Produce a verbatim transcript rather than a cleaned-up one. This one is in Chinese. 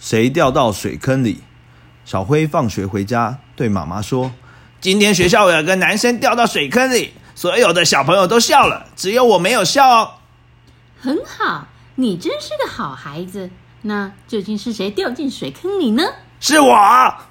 谁掉到水坑里？小辉放学回家对妈妈说，今天学校有个男生掉到水坑里，所有的小朋友都笑了，只有我没有笑哦。 很好，你真是个好孩子。那究竟是谁掉进水坑里呢？ 是我。